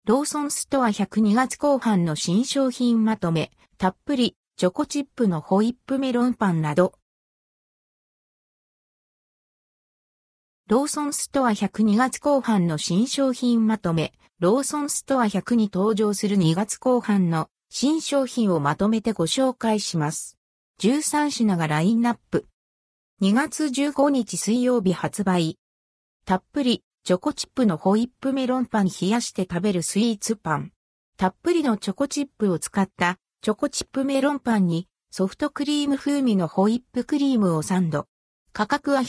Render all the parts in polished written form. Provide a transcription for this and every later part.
ローソンストア100 2月後半の新商品まとめ、たっぷり、チョコチップのホイップメロンパンなど。ローソンストア100 2月後半の新商品まとめ、ローソンストア100に登場する2月後半の新商品をまとめてご紹介します。13品がラインナップ。2月15日水曜日発売。たっぷり、チョコチップのホイップメロンパン冷やして食べるスイーツパン。たっぷりのチョコチップを使ったチョコチップメロンパンにソフトクリーム風味のホイップクリームをサンド。価格は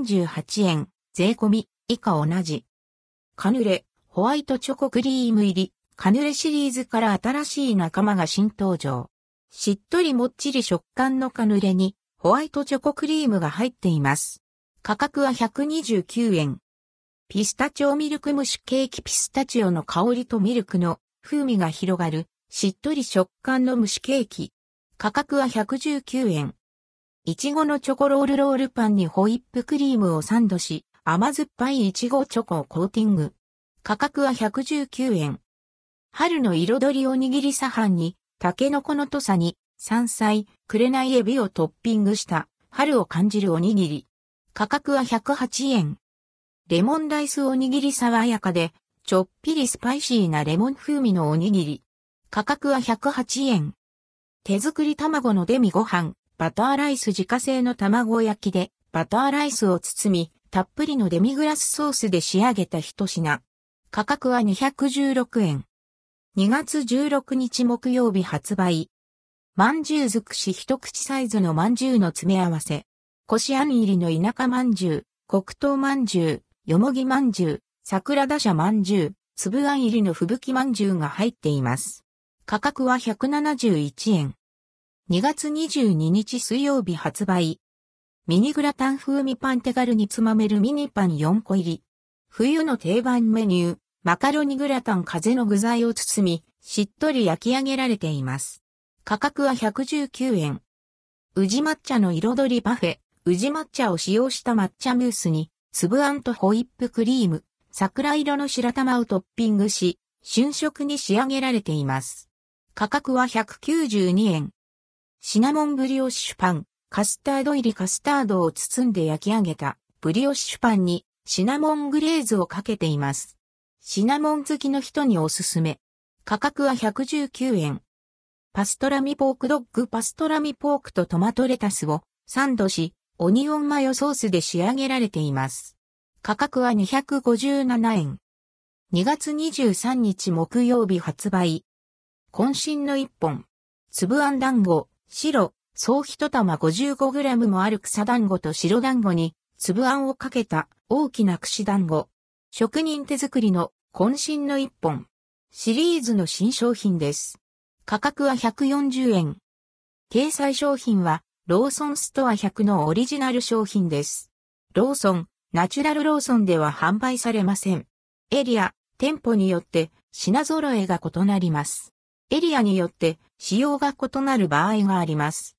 138円、税込み、以下同じ。カヌレ、ホワイトチョコクリーム入り、カヌレシリーズから新しい仲間が新登場。しっとりもっちり食感のカヌレにホワイトチョコクリームが入っています。価格は129円。ピスタチオミルク蒸しケーキピスタチオの香りとミルクの風味が広がるしっとり食感の蒸しケーキ。価格は119円。いちごのチョコロールパンにホイップクリームをサンドし、甘酸っぱいいちごチョコをコーティング。価格は119円。春の彩りおにぎりサハンに、タケノコの土佐に、山菜、紅エビをトッピングした春を感じるおにぎり。価格は108円。レモンライスおにぎり爽やかで、ちょっぴりスパイシーなレモン風味のおにぎり。価格は108円。手作り卵のデミご飯、バターライス自家製の卵焼きで、バターライスを包み、たっぷりのデミグラスソースで仕上げた一品。価格は216円。2月16日木曜日発売。まんじゅう尽くし一口サイズのまんじゅうの詰め合わせ。こしあん入りの田舎まんじゅう、黒糖まんじゅう、よもぎまんじゅう、桜田社まんじゅう、粒あん入りの吹雪まんじゅうが入っています。価格は171円。2月22日水曜日発売。ミニグラタン風味パン手軽につまめるミニパン4個入り。冬の定番メニュー、マカロニグラタン風の具材を包み、しっとり焼き上げられています。価格は119円。宇治抹茶の彩りパフェ、宇治抹茶を使用した抹茶ムースに、粒あんとホイップクリーム、桜色の白玉をトッピングし、瞬食に仕上げられています。価格は192円。シナモンブリオッシュパン、カスタード入りカスタードを包んで焼き上げたブリオッシュパンにシナモングレーズをかけています。シナモン好きの人におすすめ。価格は119円。パストラミポークドッグパストラミポークとトマトレタスをサンドし、オニオンマヨソースで仕上げられています。価格は257円。2月23日木曜日発売。渾身の一本。粒あん団子、白、総一玉 55g もある草団子と白団子に粒あんをかけた大きな串団子。職人手作りの渾身の一本。シリーズの新商品です。価格は140円。掲載商品はローソンストア100のオリジナル商品です。ローソン、ナチュラルローソンでは販売されません。エリア、店舗によって品揃えが異なります。エリアによって仕様が異なる場合があります。